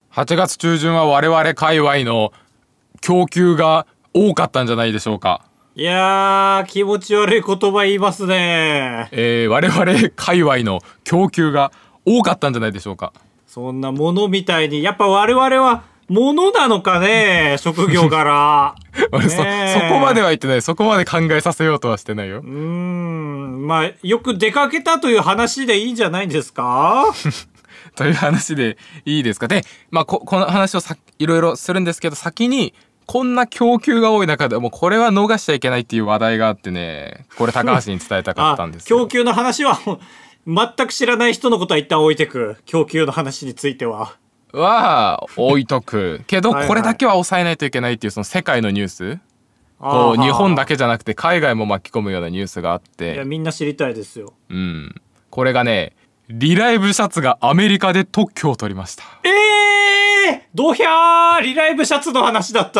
8月中旬は我々界隈の供給が多かったんじゃないでしょうか。 いやー、気持ち悪い言葉言いますね。 我々界隈の供給が多かったんじゃないでしょうか。 そんなものみたいに、やっぱ我々はものなのかね、職業柄。 俺そこまでは言ってない。そこまで考えさせようとはしてないよ。 まあ、よく出かけたという話でいいんじゃないんですかという話でいいですか。で、まあ、この話をいろいろするんですけど、先にこんな供給が多い中でもうこれは逃しちゃいけないっていう話題があってね、これ高橋に伝えたかったんですよ。 供給の話は全く知らない人のことは一旦置いてく。供給の話については置いとくけど、これだけは抑えないといけないっていうその世界のニュース、こう日本だけじゃなくて海外も巻き込むようなニュースがあって、 いやみんな知りたいですよ。 これがね、リライブシャツがアメリカで特許を取りました。 ドヒャー、リライブシャツの話だった。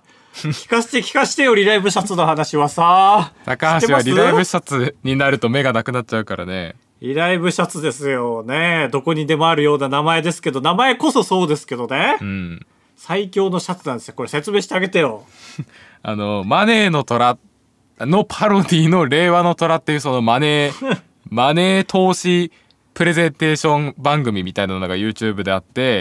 聞かしてよ、リライブシャツの話はさ。 高橋はリライブシャツになると目がなくなっちゃうからね。 リライブシャツですよね。どこにでもあるような名前ですけど、名前こそそうですけどね。最強のシャツなんですよ。これ説明してあげてよ。 マネーの虎のパロディの令和の虎っていうそのマネー投資プレゼンテーション番組みたいなのが YouTube であって、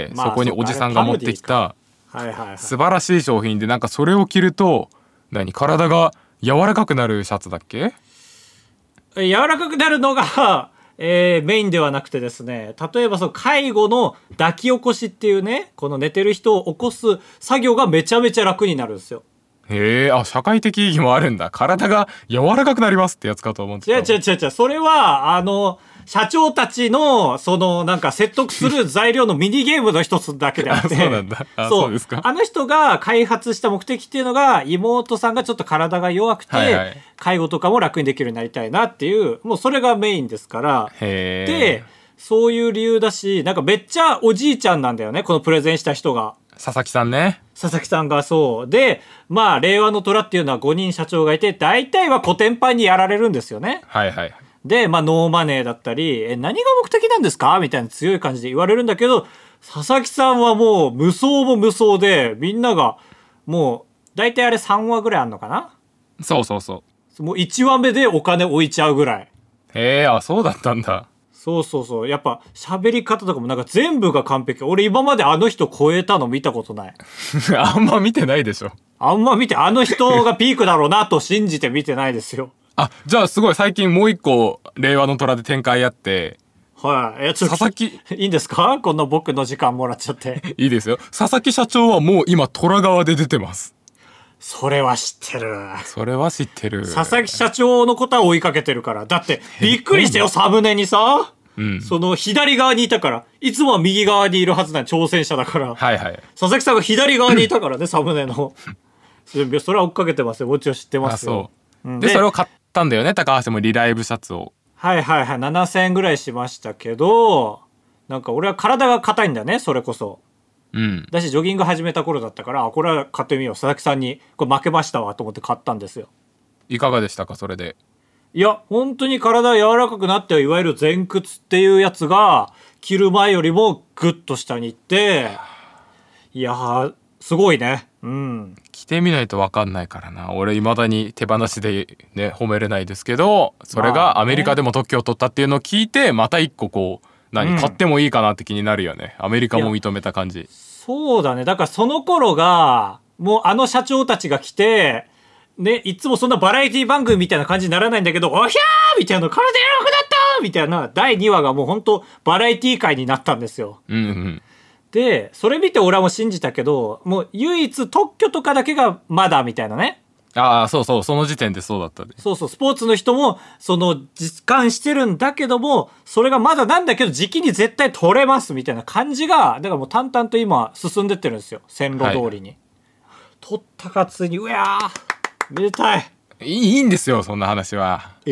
そこにおじさんが持ってきた素晴らしい商品で、なんかそれを着ると体が柔らかくなるシャツだっけ？ 柔らかくなるのがメインではなくてですね、例えばその介護の抱き起こしっていうね、この寝てる人を起こす作業がめちゃめちゃ楽になるんですよ。 へえ、社会的意義もあるんだ。体が柔らかくなりますってやつかと思ってた。 違う、それは社長たちのそのなんか説得する材料のミニゲームの一つだけであってそうなんだ。そうですか。 あの人が開発した目的っていうのが、妹さんがちょっと体が弱くて、介護とかも楽にできるようになりたいなっていう、もうそれがメインですから。でそういう理由だし、なんかめっちゃおじいちゃんなんだよね、このプレゼンした人が。 佐々木さんね。 佐々木さんがそうで、まあ令和の虎っていうのは5人社長がいて、大体はコテンパンにやられるんですよね。で、まあノーマネーだったり、何が目的なんですかみたいな強い感じで言われるんだけど、佐々木さんはもう無双も無双で、みんながもう大体あれ3話ぐらいあんのかな。 そうもう1話目でお金置いちゃうぐらい。 そうだったんだ。 そうやっぱ喋り方とかもなんか全部が完璧。俺今まであの人超えたの見たことない。 あんま見てないでしょ。 あの人がピークだろうなと信じて見てないですよ。 じゃあすごい最近もう一個令和の虎で展開あって、 佐々木いいんですか、こんな僕の時間もらっちゃって。 いいですよ。佐々木社長はもう今虎側で出てます。 それは知ってる。佐々木社長のことは追いかけてるから。だってびっくりしてよ、サムネにさ、その左側にいたから、いつもは右側にいるはずな挑戦者だから、佐々木さんが左側にいたからね、サムネの。それは追っかけてますよ。もちろん知ってますよ。 でそれを買ったんだよね、高橋もリライブシャツを。 7000円ぐらいしましたけど、なんか俺は体が硬いんだよね、それこそ。だしジョギング始めた頃だったから、これは買ってみよう、佐々木さんにこれ負けましたわと思って買ったんですよ。 いかがでしたか、それで。 いや本当に体柔らかくなって、いわゆる前屈っていうやつが着る前よりもグッと下にいって、いやーすごいね。 着てみないと分かんないからな。俺未だに手放しでね褒めれないですけど、それがアメリカでも特許を取ったっていうのを聞いて、また一個こう買ってもいいかなって気になるよね。アメリカも認めた感じ。 そうだね。だからその頃がもう社長たちが来てね、いつもそんなバラエティ番組みたいな感じにならないんだけど、おひゃーみたいな、体柔らかくなったみたいな第2話がもう本当バラエティ界になったんですよ。でそれ見て俺はもう信じたけど、もう唯一特許とかだけがまだみたいなね。 そうその時点でそうだったで。 スポーツの人もその実感してるんだけども、それがまだなんだけど時期に絶対取れますみたいな感じが、だからもう淡々と今進んでってるんですよ、線路通りに。取ったかついに、うわーめでたい。 いいんですよそんな話は。い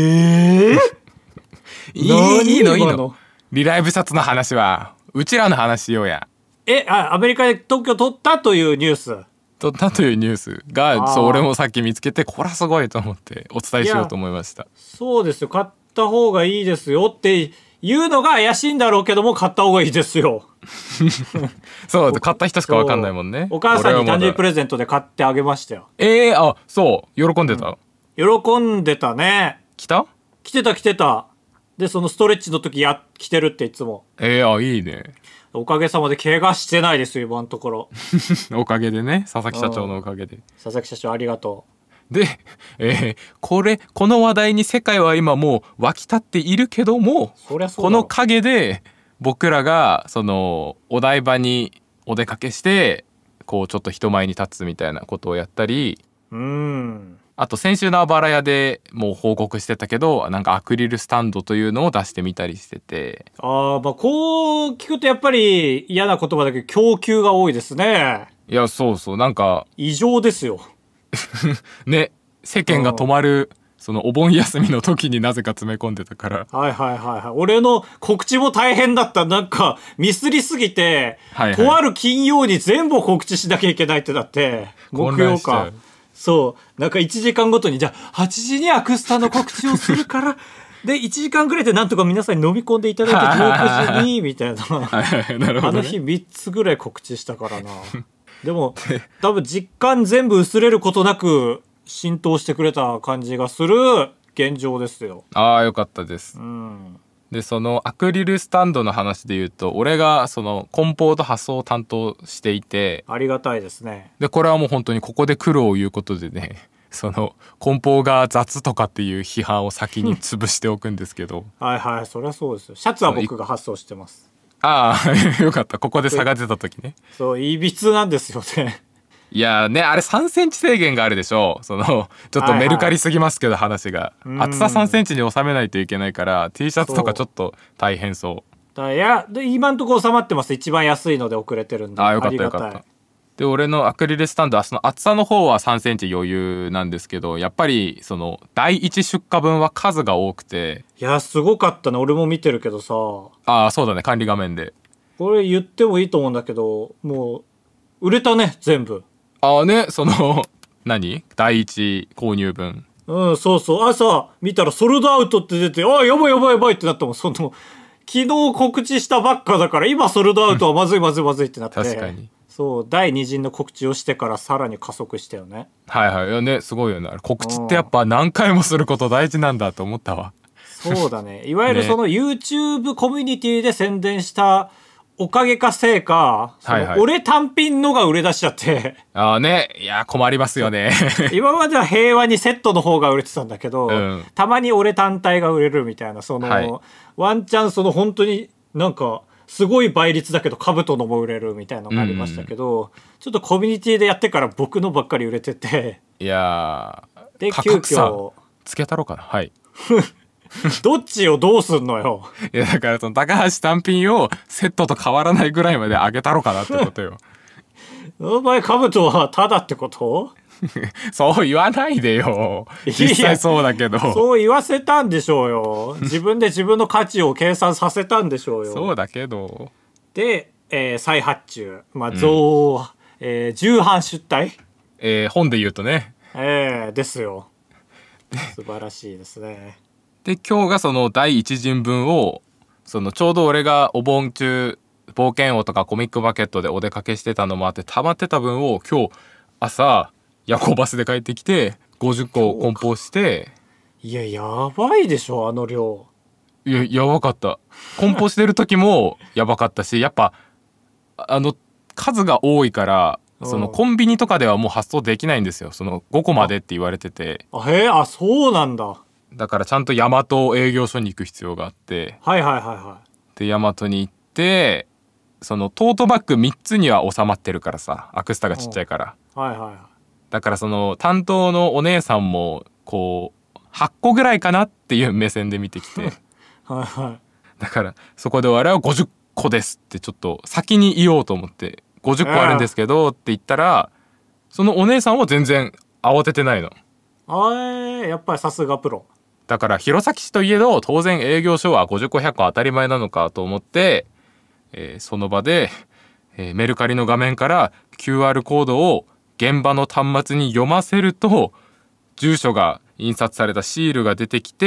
いのリライブシャツの話はうちらの話しようや。 アメリカで特許取ったというニュースが俺もさっき見つけて、これはすごいと思ってお伝えしようと思いました。 そうですよ、買った方がいいですよって言うのが怪しいんだろうけども買った方がいいですよ。 そう買った人しか分かんないもんね。 お母さんに誕生日プレレゼントで買ってあげましたよ。 あそう喜んでた、 喜んでたね。 来た着てた。でそのストレッチの時着てるっていつも。 いいね。 おかげさまで怪我してないですよ今のところ。 おかげでね、佐々木社長のおかげで。 佐々木社長ありがとで、この話題に世界は今もう沸き立っているけども、 そりゃそうだろこの陰で僕らがそのお台場にお出かけしてこうちょっと人前に立つみたいなことをやったり、あと先週のあばら屋でもう報告してたけど、なんかアクリルスタンドというのを出してみたりしてて。 まあこう聞くとやっぱり嫌な言葉だけど供給が多いですね。 いやそうなんか異常ですよ。 ね、世間が止まるそのお盆休みの時になぜか詰め込んでたから。 俺の告知も大変だった。なんかミスりすぎて、とある金曜に全部告知しなきゃいけないってなって木曜か。そうなんか1時間ごとにじゃあ8時にアクスタの告知をするからで1時間ぐらいでなんとか皆さんに飲み込んでいただいて16時にみたいななるほど、ね、 あの日3つぐらい告知したからな。でも多分実感全部薄れることなく浸透してくれた感じがする現状ですよ。 よかったです、でそのアクリルスタンドの話で言うと、俺がその梱包と発送を担当していて、 ありがたいですね。 でこれはもう本当にここで苦労を言うことでね、その梱包が雑とかっていう批判を先に潰しておくんですけどそりゃそうですよ。シャツは僕が発送してます。 よかった、ここで差が出た時ね。 そういびつなんですよね。 いやね、あれ3センチ制限があるでしょ。そのちょっとメルカリすぎますけど、話が厚さ3センチに収めないといけないから T シャツとかちょっと大変そう。 いやで今んとこ収まってます。一番安いので遅れてるんで。 よかった。で俺のアクリルスタンドはその厚さの方は3センチ余裕なんですけど、やっぱりその第一出荷分は数が多くて。 いやすごかったね。俺も見てるけどさ。 そうだね、管理画面でこれ言ってもいいと思うんだけど、もう売れたね全部。 ね、その第一購入分。 そう朝見たらソルドアウトって出て、やばいってなったもん。その昨日告知したばっかだから今ソルドアウトはまずいってなって確かにそう第二陣の告知をしてからさらに加速したよね。 いやね、すごいよね。告知ってやっぱ何回もすること大事なんだと思ったわ。 そうだね。いわゆるその YouTube コミュニティで宣伝したおかげかせいか、俺単品のが売れ出しちゃってね、いや困りますよね。 今までは平和にセットの方が売れてたんだけど、たまに俺単体が売れるみたいな、その、ワンチャンその本当になんかすごい倍率だけど兜のも売れるみたいなのがありましたけど、ちょっとコミュニティでやってから僕のばっかり売れてて、 いやで急遽つけたろうかな。 どっちをどうすんのよ。 いやだからその高橋単品をセットと変わらないぐらいまで上げたろうかなってことよ。 お前兜はタダってこと？ そう言わないでよ。実際そうだけど。 そう言わせたんでしょうよ。自分で自分の価値を計算させたんでしょうよ。 そうだけど。 で、再発注、重版出題、 本で言うとね。 ですよ。素晴らしいですね。 で今日がその第一陣分をそのちょうど俺がお盆中冒険王とかコミックバケットでお出かけしてたのもあって溜まってた分を今日朝夜行バスで帰ってきて50個梱包して。 いややばいでしょあの量。 いややばかった。梱包してる時もやばかったし、やっぱ数が多いからそのコンビニとかではもう発送できないんですよ。その5個までって言われてて。 そうなんだ。 だからちゃんと大和営業所に行く必要があって、で大和に行ってそのトートバッグ3つには収まってるからさ、アクスタがちっちゃいから、だからその担当のお姉さんもこう8個ぐらいかなっていう目線で見てきてだからそこで我々は50個ですってちょっと先に言おうと思って、50個あるんですけどって言ったら、そのお姉さんは全然慌ててないの。 やっぱりさすがプロだから弘前市といえど当然営業所は50個100個当たり前なのかと思って、その場で、メルカリの画面から QR コードを現場の端末に読ませると住所が印刷されたシールが出てきて、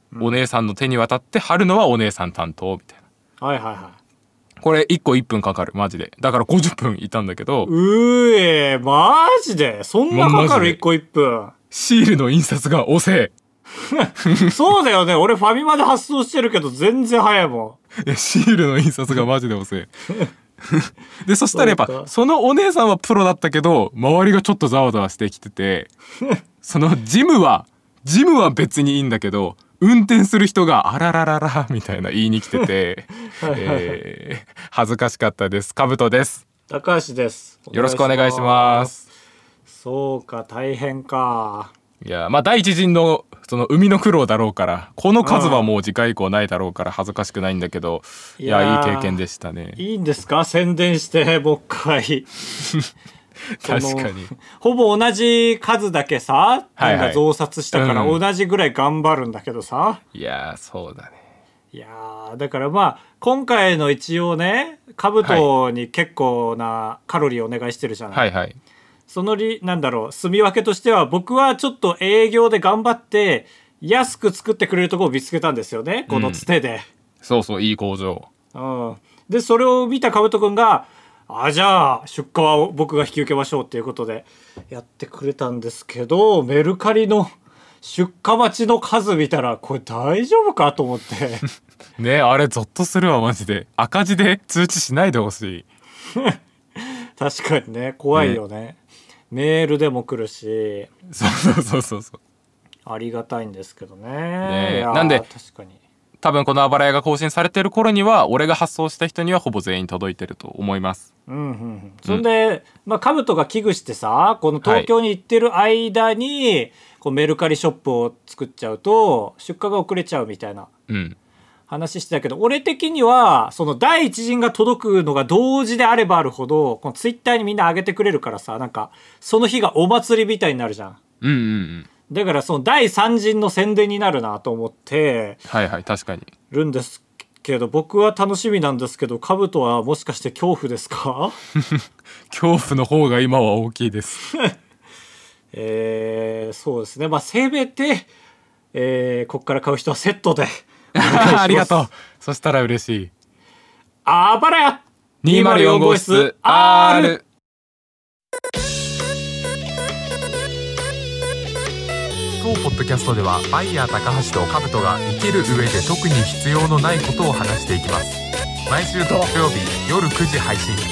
お姉さんの手に渡って貼るのはお姉さん担当みたいな。 はいはいはこれ1個1分かかるマジで。だから50分いたんだけど、 マジでそんなかかる1個1分。 シールの印刷が遅え。 そうだよね。俺ファミマで発送してるけど全然早いもいやシールの印刷がマジで遅い。でそしたらやっぱそうかそのお姉さんはプロだったけど周りがちょっとざわざわしてきてて、そのジムは別にいいんだけど運転する人があららららみたいな言いに来てて恥ずかしかったです。カブトです。 ん。高橋です。 よろしくお願いします。 そうか、大変か。 いやまあ第一陣のその生みの苦労だろうからこの数はもう次回以降ないだろうから恥ずかしくないんだけど、いやいい経験でしたね。 いいんですか、宣伝してもう一回。 確かにほぼ同じ数だけさ、 はいはいなんか増刷したからうん同じぐらい頑張るんだけどさ、 いやそうだね。 いやーだからまあ今回の一応ねカブトに結構なカロリーお願いしてるじゃない、 はいはい。 そのなんだろう、住み分けとしては僕はちょっと営業で頑張って安く作ってくれるところを見つけたんですよね、このつてで。 そうそういい工場。 でそれを見たかぶとくんがじゃあ出荷は僕が引き受けましょうっていうことでやってくれたんですけど、メルカリの出荷待ちの数見たらこれ大丈夫かと思ってねあれゾッとするわマジで。赤字で通知しないでほしい。 確かにね、怖いよね。メールでも来るし、 そうありがたいんですけどね。 ねいやーなんで確かに多分このあばらやが更新されてる頃には俺が発送した人にはほぼ全員届いてると思います。 そんで、まあ、カブトが危惧してさ、この東京に行ってる間に、こうメルカリショップを作っちゃうと出荷が遅れちゃうみたいなうん話してたけど、俺的にはその第一陣が届くのが同時であればあるほどこのツイッターにみんな上げてくれるからさ、なんかその日がお祭りみたいになるじゃん。だからその第三陣の宣伝になるなと思ってはいはい確かに。 るんですけど、僕は楽しみなんですけど、カブトはもしかして恐怖ですか？ 恐怖の方が今は大きいです。 そうですね、まあせめて、こっから買う人はセットでありがとう。そしたら嬉しい。 あばらや 204号室 R。当ポッドキャストではバイヤー高橋とカブトが生きる上で特に必要のないことを話していきます。毎週土曜日夜9時配信。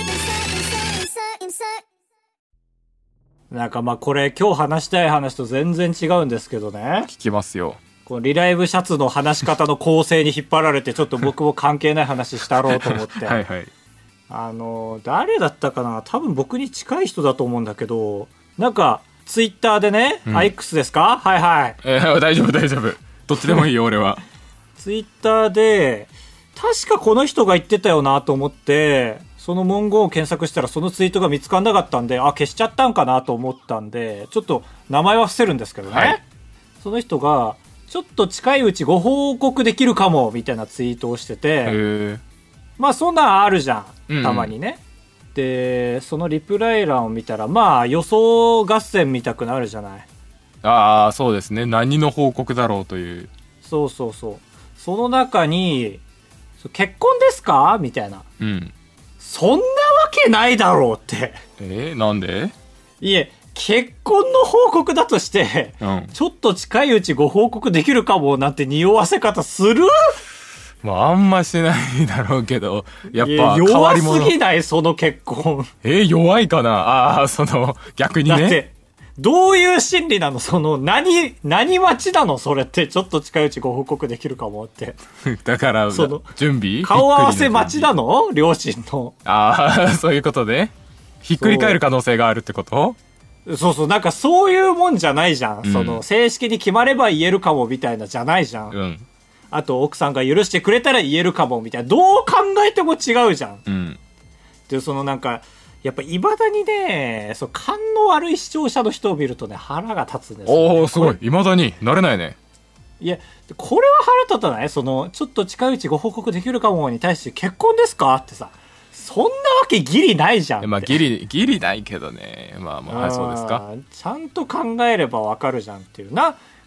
なんかまあこれ今日話したい話と全然違うんですけどね、 聞きますよ。 このリライブシャツの話し方の構成に引っ張られてちょっと僕も関係ない話したろうと思ってはいはい。 誰だったかな、多分僕に近い人だと思うんだけど、なんかツイッターでね、X ですか、はいはい、 大丈夫どっちでもいいよ俺は。 ツイッターで確かこの人が言ってたよなと思ってその文言を検索したらそのツイートが見つからなかったんで、消しちゃったんかなと思ったんでちょっと名前は伏せるんですけどね、 はい、 その人がちょっと近いうちご報告できるかもみたいなツイートをしてて、まあそんなんあるじゃんたまにね、でそのリプライ欄を見たらまあ予想合戦見たくなるじゃない。 ああそうですね、何の報告だろうという。 そうその中に結婚ですかみたいな、そんなわけないだろうって。 なんで？ いえ、結婚の報告だとして、ちょっと近いうちご報告できるかもなんて匂わせ方する？ まああんましないだろうけど、やっぱ変わり者。 弱すぎないその結婚。 弱いかな。逆にね。 だってどういう心理なの、その何待ちなのそれって。ちょっと近いうちご報告できるかもって。 だからその準備顔合わせ待ちなの両親の。 そういうことでひっくり返る可能性があるってこと？ そうなんかそういうもんじゃないじゃん、その正式に決まれば言えるかもみたいなじゃないじゃん、あと奥さんが許してくれたら言えるかもみたいな、どう考えても違うじゃん、でそのなんかやっぱいまだにね、勘の悪い視聴者の人を見るとね腹が立つんですよ、ね、 すごい、いまだに慣れないね。 いやこれは腹立たない？そのちょっと近いうちご報告できるかもに対して結婚ですかってさ、そんなわけギリないじゃんって。 まあギリないけどね。まあそうですか。 ちゃんと考えればわかるじゃんっていうな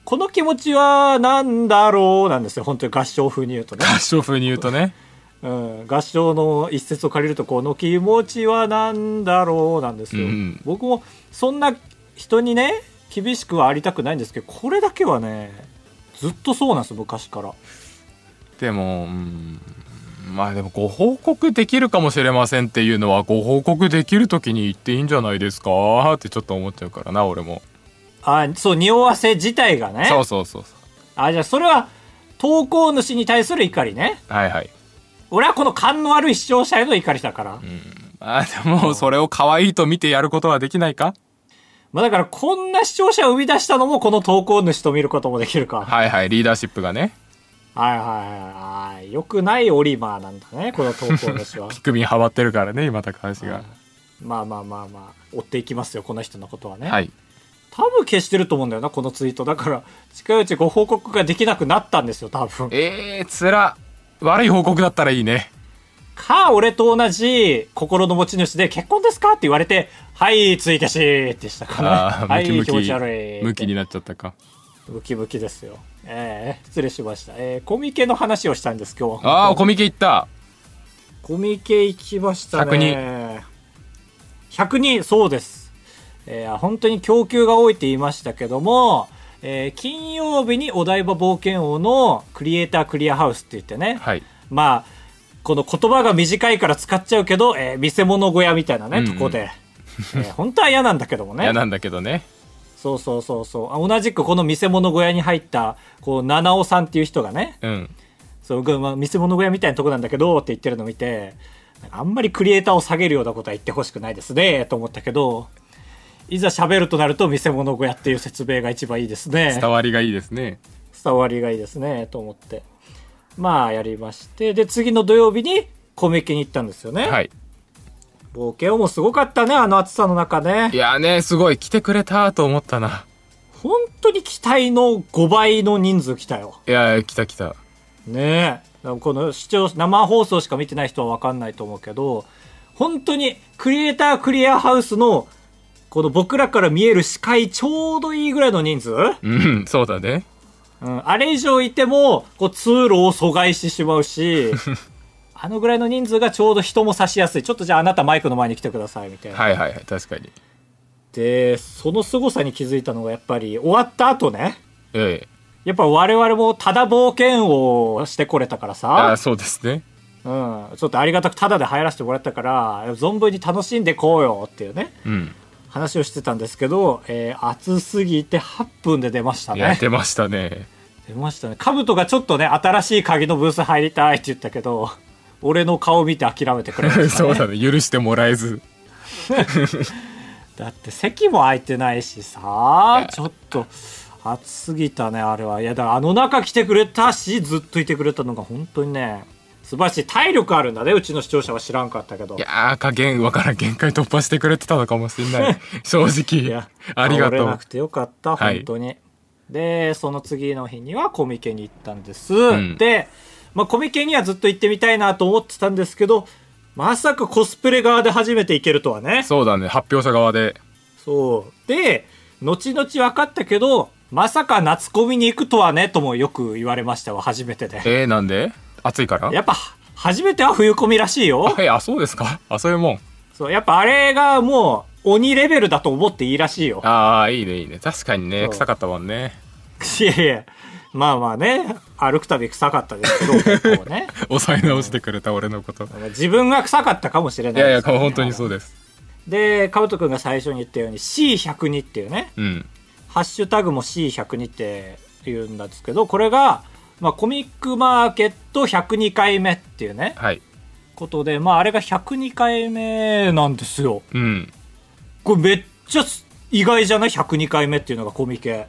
この気持ちはなんだろうなんですよ。本当に合唱風に言うとね。 合唱風に言うとね。 うん、合唱の一節を借りるとこの気持ちはなんだろうなんですよ、僕もそんな人にね厳しくはありたくないんですけど、これだけはねずっとそうなんですよ、昔から。 でもまあでもご報告できるかもしれませんっていうのはご報告できる時に言っていいんじゃないですかってちょっと思っちゃうからな、俺も。 そう、匂わせ自体がね。 そうそうそう。 じゃあそれは投稿主に対する怒りね。 はいはい。 俺はこの勘の悪い視聴者への怒りだから。 でもそれを可愛いと見てやることはできないか。 まあだからこんな視聴者を生み出したのもこの投稿主と見ることもできるか。 はいはい、リーダーシップがね。 はいはいはい。よくないオリバーなんだね、この投稿主は。 ピクミンハマってるからね、今高橋が。 まあまあまあまあ、追っていきますよ、この人のことはね。 はい。 多分消してると思うんだよな、このツイート。だから、近いうちご報告ができなくなったんですよ、多分。 つら。悪い報告だったらいいね。 俺と同じ心の持ち主で結婚ですかって言われて、はいツイ消しでしたかね。はい、 ムキムキ気持ち悪い。 ムキになっちゃったか。 ムキムキですよ。失礼しました。コミケの話をしたんです、今日は。 コミケ行った。 コミケ行きましたね。102、そうです。本当に供給が多いって言いましたけども、金曜日にお台場冒険王のクリエイタークリアハウスって言ってね、 はい、 まあこの言葉が短いから使っちゃうけど、見せ物小屋みたいなね、とこで、本当は嫌なんだけどもね。 嫌なんだけどね。 そうそうそうそう。同じくこの見せ物小屋に入ったこう七尾さんっていう人がね、そう見せ物小屋みたいなとこなんだけどって言ってるのを見て、あんまりクリエイターを下げるようなことは言ってほしくないですねと思ったけど、いざ喋るとなると見せ物小屋っていう説明が一番いいですね。 伝わりがいいですね。 伝わりがいいですねと思って、まあやりまして、で次の土曜日にコミケに行ったんですよね。 はい。 冒険王もすごかったね、あの暑さの中ね。 いやね、すごい来てくれたと思ったな。 本当に期待の5倍の人数来たよ。 いや、来た来た。 ねえ、この生放送しか見てない人は分かんないと思うけど、本当にクリエイタークリアハウスのこの僕らから見える視界ちょうどいいぐらいの人数。 そうだね。 あれ以上いてもこう通路を阻害してしまうしあのぐらいの人数がちょうど人も差しやすい。ちょっとじゃああなたマイクの前に来てくださいみたいな。 はいはいはい、確かに。 でその凄さに気づいたのがやっぱり終わった後ね、やっぱ我々もただ冒険をしてこれたからさ。 そうですね。 ちょっとありがたくただで入らせてもらったから存分に楽しんでこうよっていうね、話をしてたんですけど、暑すぎて8分で出ましたね。 いや出ましたね。 出ましたね。カブトがちょっとね新しい鍵のブース入りたいって言ったけど、俺の顔見て諦めてくれましたね。 そうだね、許してもらえずだって席も空いてないしさ、ちょっと暑すぎたねあれは。いやだからあの中来てくれたしずっといてくれたのが本当にね素晴らしい。体力あるんだね、うちの視聴者は知らんかったけど。 いやーわからん、限界突破してくれてたのかもしれない正直。いやありがとう。 倒れなくてよかった本当に、でその次の日にはコミケに行ったんです、で、コミケにはずっと行ってみたいなと思ってたんですけど、まさかコスプレ側で初めて行けるとはね。 そうだね、発表者側で。 そうで後々分かったけど、まさか夏コミに行くとはねともよく言われましたわ、初めてで。 なんで？暑いから？ やっぱ初めては冬コミらしいよ。 そうですか。そういうもん。 そうやっぱあれがもう鬼レベルだと思っていいらしいよ。 いいねいいね。確かにね、臭かったもんね。 いやいや、まあまあね、歩くたび臭かったですけど結構ね抑え直してくれた俺のこと。 自分が臭かったかもしれないです、 いや本当にそうです。 でカブト君が最初に言ったように C102 っていうね、ハッシュタグも C102 って言うんですけど、これがコミックマーケット102回目っていうね、ことで、あれが102回目なんですよ。これめっちゃ意外じゃない？ 102 回目っていうのがコミケ。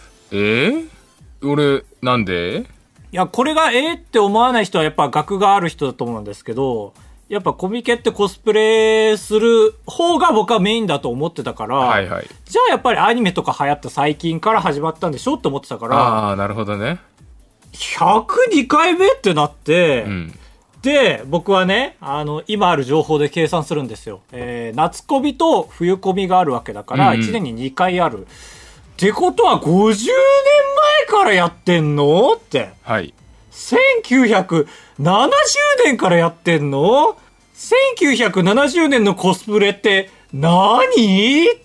俺なんで？ いやこれがって思わない人はやっぱ学がある人だと思うんですけど、やっぱコミケってコスプレする方が僕はメインだと思ってたから、じゃあやっぱりアニメとか流行った最近から始まったんでしょって思ってたから。 なるほどね。 102回目ってなって、で僕はね今ある情報で計算するんですよ。夏コミと冬コミがあるわけだから、1年に2回ある。 ってことは50年前からやってんのって。 はい。 1970年からやってんの ?1970 年のコスプレって何って、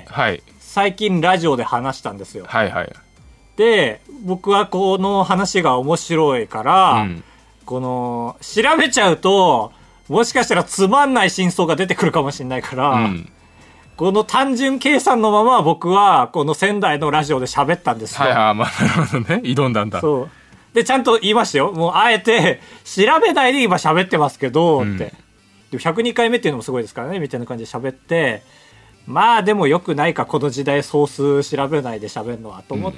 はい。 最近ラジオで話したんですよ。 はいはい。 で、僕はこの話が面白いから、この、調べちゃうと、もしかしたらつまんない真相が出てくるかもしれないから、この単純計算のまま僕はこの仙台のラジオで喋ったんですよ。 はいはい、まあなるほどね。挑んだんだ。 そう。で、ちゃんと言いましたよ。もうあえて、調べないで今喋ってますけど、って。でも102回目っていうのもすごいですからね、みたいな感じで喋って、まあでも良くないか、この時代ソース調べないで喋るのは、と思って、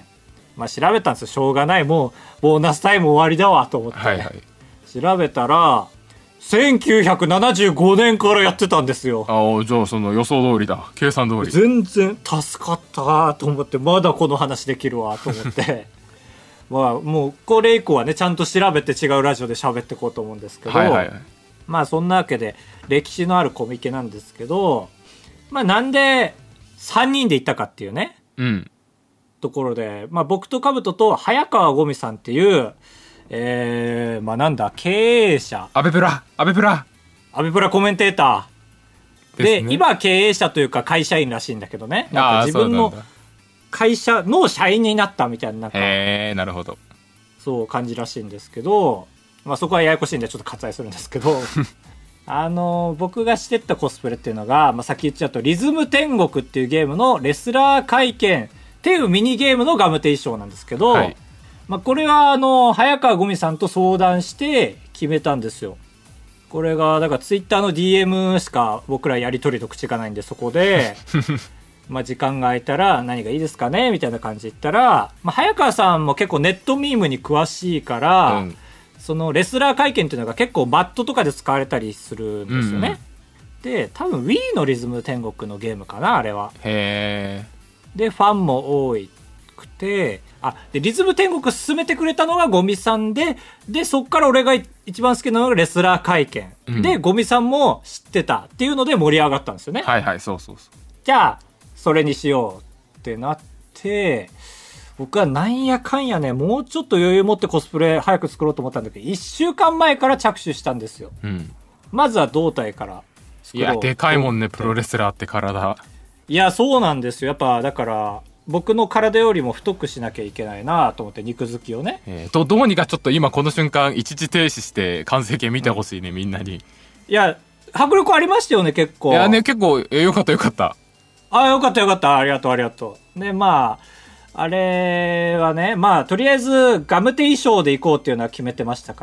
まあ調べたんですよ。しょうがない。もう、ボーナスタイム終わりだわ、と思って。 はいはい。 調べたら、1975年からやってたんですよ。 ああ、じゃあその予想通りだ。計算通り。 全然助かったと思って、まだこの話できるわと思って。まあもうこれ以降はね、ちゃんと調べて違うラジオで喋っていこうと思うんですけど、 はいはいはい、 まあそんなわけで歴史のあるコミケなんですけど、まあなんで3人で行ったかっていうね、ところで、まあ僕とカブトと早川ゴミさんっていう、まあなんだ、経営者。 アベプラコメンテーター。で、今経営者というか会社員らしいんだけどね。なんか自分の会社の社員になったみたいな、なんか。 なるほど。 そう感じらしいんですけど、まあそこはややこしいんでちょっと割愛するんですけど、僕がしてったコスプレっていうのが、まあさっき言っちゃうと、リズム天国っていうゲームのレスラー会見っていうミニゲームのガムテ衣装なんですけど、はい、まあこれは早川ゴミさんと相談して決めたんですよ。これがだからツイッターの DM しか僕らやり取りの口がないんで、そこでまあ時間が空いたら何がいいですかねみたいな感じで言ったら、まあ、早川さんも結構ネットミームに詳しいから、そのレスラー会見っていうのが結構バットとかで使われたりするんですよね、で多分 Wii のリズム天国のゲームかな、あれは。 へー。でファンも多くて、でリズム天国進めてくれたのがゴミさんでそっから俺が一番好きなのがレスラー会見、でゴミさんも知ってたっていうので盛り上がったんですよね。 はいはい、そうそうそう。 じゃあそれにしようってなって、僕はなんやかんやね、もうちょっと余裕持ってコスプレ早く作ろうと思ったんだけど、1週間前から着手したんですよ、まずは胴体から作ろう。 いやでかいもんね、プロレスラーって体。 いやそうなんですよ。やっぱだから僕の体よりも太くしなきゃいけないなと思って、肉付きをね、 どうにかちょっと今この瞬間一時停止して完成形見てほしいね、みんなに。 いや迫力ありましたよね、結構。 いやね、結構よかったよかった。 よかったよかった、ありがとうありがとう。でまああれはね、まあとりあえずガムテ衣装で行こうっていうのは決めてましたから、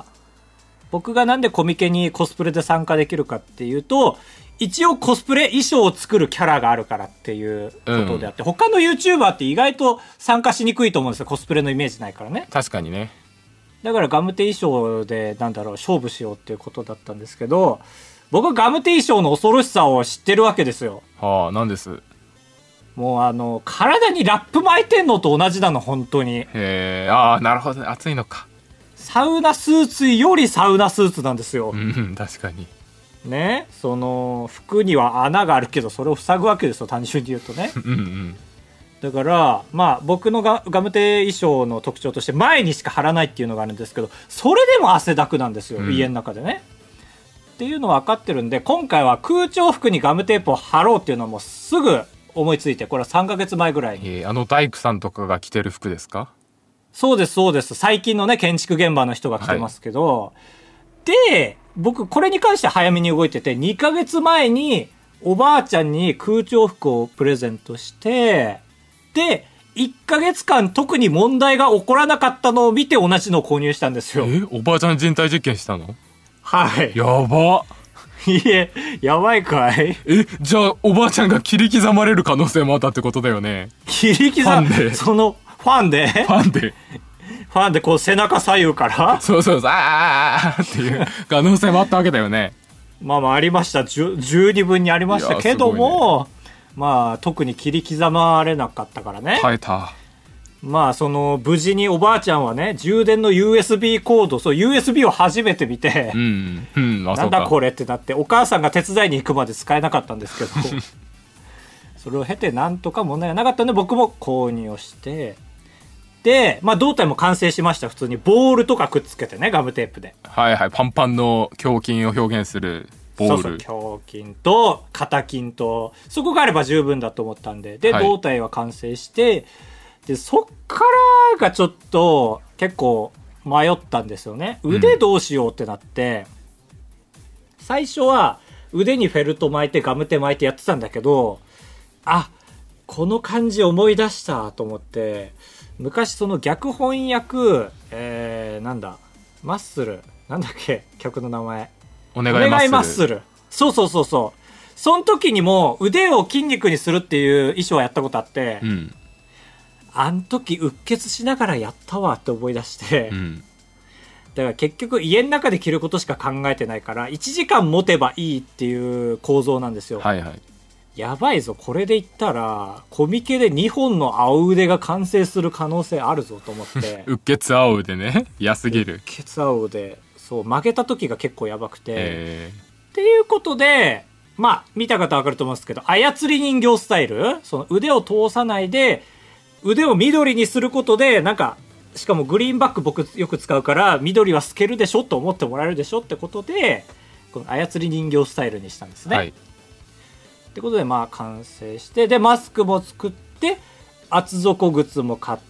僕がなんでコミケにコスプレで参加できるかっていうと、一応コスプレ衣装を作るキャラがあるからっていうことであって、他の YouTuber って意外と参加しにくいと思うんですよ、コスプレのイメージないからね。 確かにね。 だからガムテ衣装で勝負しようっていうことだったんですけど、僕はガムテ衣装の恐ろしさを知ってるわけですよ。 はあ、なんです。 もう体にラップ巻いてんのと同じなの、本当に。 へえ、なるほど、暑いのか。 サウナスーツよりサウナスーツなんですよ。 確かに。 ね、その服には穴があるけど、それを塞ぐわけですよ、単純に言うとね。だからまあ僕のガムテ衣装の特徴として前にしか貼らないっていうのがあるんですけど、それでも汗だくなんですよ、家の中でね。っていうの分かってるんで、今回は空調服にガムテープを貼ろうっていうのもすぐ思いついて、これは3ヶ月前ぐらいに。 大工さんとかが着てる服ですか？ そうですそうです。最近のね建築現場の人が着てますけど、で僕これに関して早めに動いてて、2ヶ月前におばあちゃんに空調服をプレゼントして、で1ヶ月間特に問題が起こらなかったのを見て同じのを購入したんですよ。 おばあちゃん人体実験したの？はい。やば。 いえ、やばいかい？ じゃあおばあちゃんが切り刻まれる可能性もあったってことだよね。 切り刻まれる？そのファンでこう背中左右からそうっていう可能性もあったわけだよね。 まあありました。十二分にありましたけども、まあ特に切り刻まれなかったからね。 耐えた。 まあ無事におばあちゃんはね、充電の USB コード、USB を初めて見て、なんだこれってなって、お母さんが手伝いに行くまで使えなかったんですけどそれを経てなんとか問題がなかったので僕も購入をして、で、まあ胴体も完成しました。普通にボールとかくっつけてね、ガムテープで。 はいはい、パンパンの胸筋を表現するボール。 そうそう、胸筋と肩筋と、そこがあれば十分だと思ったんで、で、 はい胴体は完成して、で、そっからがちょっと結構迷ったんですよね。腕どうしようってなって、最初は腕にフェルト巻いてガムテ巻いてやってたんだけど、あ、この感じ思い出したと思って、昔その逆翻訳、なんだ、マッスル、なんだっけ、曲の名前。 お願いマッスル。 マッスル。そうそうそうそう。その時にも腕を筋肉にするっていう衣装はやったことあって、 うん。 あん時うっ血しながらやったわって思い出して、 うん。 だから結局家の中で着ることしか考えてないから、1時間持てばいいっていう構造なんですよ。 はいはい。 やばいぞ、これで言ったら、コミケで2本の青腕が完成する可能性あるぞと思って。 うっ血青腕ね。安すぎる。 ケツ青腕。そう、負けた時が結構やばくて。っていうことで、まあ、見た方わかると思うんですけど、操り人形スタイル、その腕を通さないで、腕を緑にすることで、なんか、しかもグリーンバック僕よく使うから、緑は透けるでしょと思ってもらえるでしょってことで、この操り人形スタイルにしたんですね。 はい。 ってことで、まあ、完成して、で、マスクも作って、厚底靴も買って、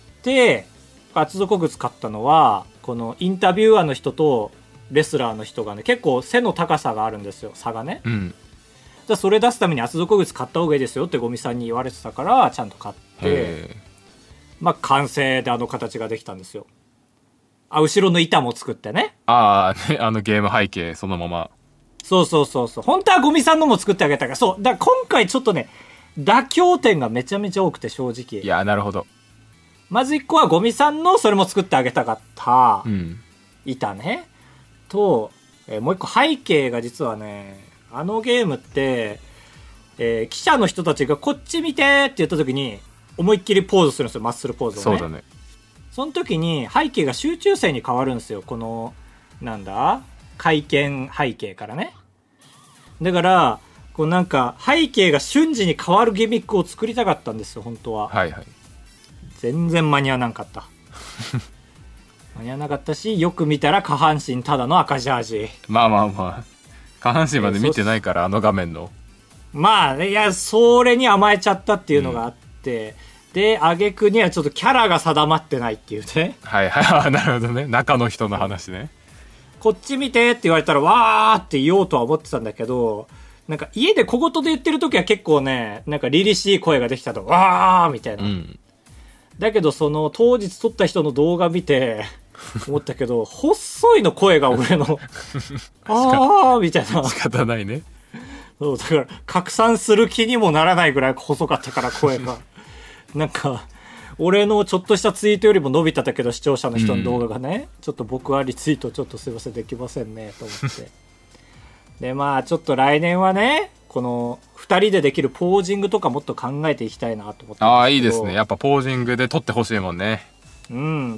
厚底靴買ったのは、このインタビュアーの人とレスラーの人がね、結構背の高さがあるんですよ、差がね。 うん。 じゃそれ出すために厚底靴買った方がいいですよってゴミさんに言われてたから、ちゃんと買って、まあ、完成であの形ができたんですよ。あ、後ろの板も作ってね。 ああ、ね、ゲーム背景そのまま。 そうそうそうそう。本当はゴミさんのも作ってあげたから、そう。だから今回ちょっとね、妥協点がめちゃめちゃ多くて正直。 いや、なるほど。 まず一個はゴミさんのそれも作ってあげたかったうん。 板ね。と、もう一個背景が実はね、あのゲームって、記者の人たちがこっち見てって言った時に思いっきりポーズするんですよ。マッスルポーズをね。 そうだね。 その時に背景が集中線に変わるんですよ。この、なんだ回転背景からね。だから、こうなんか背景が瞬時に変わるギミックを作りたかったんですよ、本当は。 はいはい。 全然間に合わなかった。間に合わなかったし、よく見たら下半身ただの赤ジャージ。 まあまあまあ。下半身まで見てないから、あの画面の。 まあ、いや、それに甘えちゃったっていうのがあって、で、挙句にはちょっとキャラが定まってないっていうね。 はいはい。なるほどね。中の人の話ね。 こっち見てって言われたら、わーって言おうとは思ってたんだけど、なんか家で小言で言ってる時は結構ね、なんか凛々しい声ができたと、わーみたいな。 うん。 だけどその当日撮った人の動画見て、思ったけど、細いの声が俺の、あーみたいな。 仕方ないね。 そう、だから拡散する気にもならないぐらい細かったから声が。なんか、俺のちょっとしたツイートよりも伸びたけど視聴者の人の動画がね、ちょっと僕はリツイートちょっとすいませんできませんねと思ってでまあちょっと来年はねこの2人でできるポージングとかもっと考えていきたいなと思ってますけど。 ああ、いいですね。やっぱポージングで撮ってほしいもんね。 うん、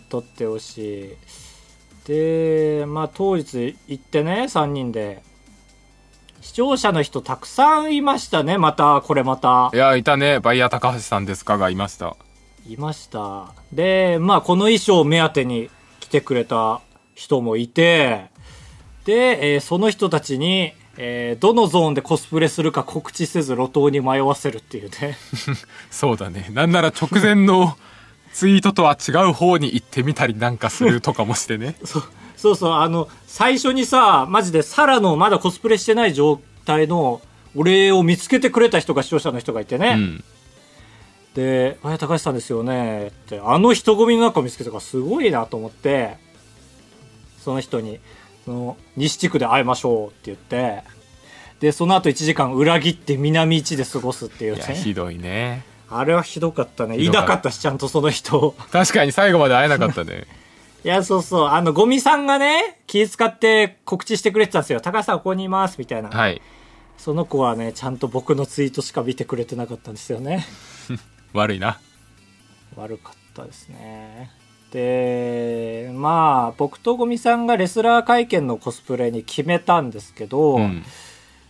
撮ってほしい。でまあ当日行ってね3人で視聴者の人たくさんいましたね。またこれまたいや、いたね。バイヤー高橋さんですかがいました。 いました。で、まあ、この衣装を目当てに来てくれた人もいて、で、その人たちに、どのゾーンでコスプレするか告知せず路頭に迷わせるっていうね。 そうだね。なんなら直前のツイートとは違う方に行ってみたりなんかするとかもしてね。 そう、最初にさ、マジでサラのまだコスプレしてない状態の俺を見つけてくれた人が視聴者の人がいてね。 うんで、高橋さんですよねって、あの人混みの中見つけたからすごいなと思って、その人に、西地区で会いましょうって言って、で、その後1時間裏切って南一で過ごすっていういや、 ね。 ひどいね。 あれはひどかったね。いなかったし、ちゃんとその人。 確かに最後まで会えなかったね。 いや、そうそう。ゴミさんがね、気遣って告知してくれてたんですよ。高橋さんここにいますみたいな。 はい。 その子はね、ちゃんと僕のツイートしか見てくれてなかったんですよね。 悪いな。 悪かったですね。で、まあ、僕とゴミさんがレスラー会見のコスプレに決めたんですけど、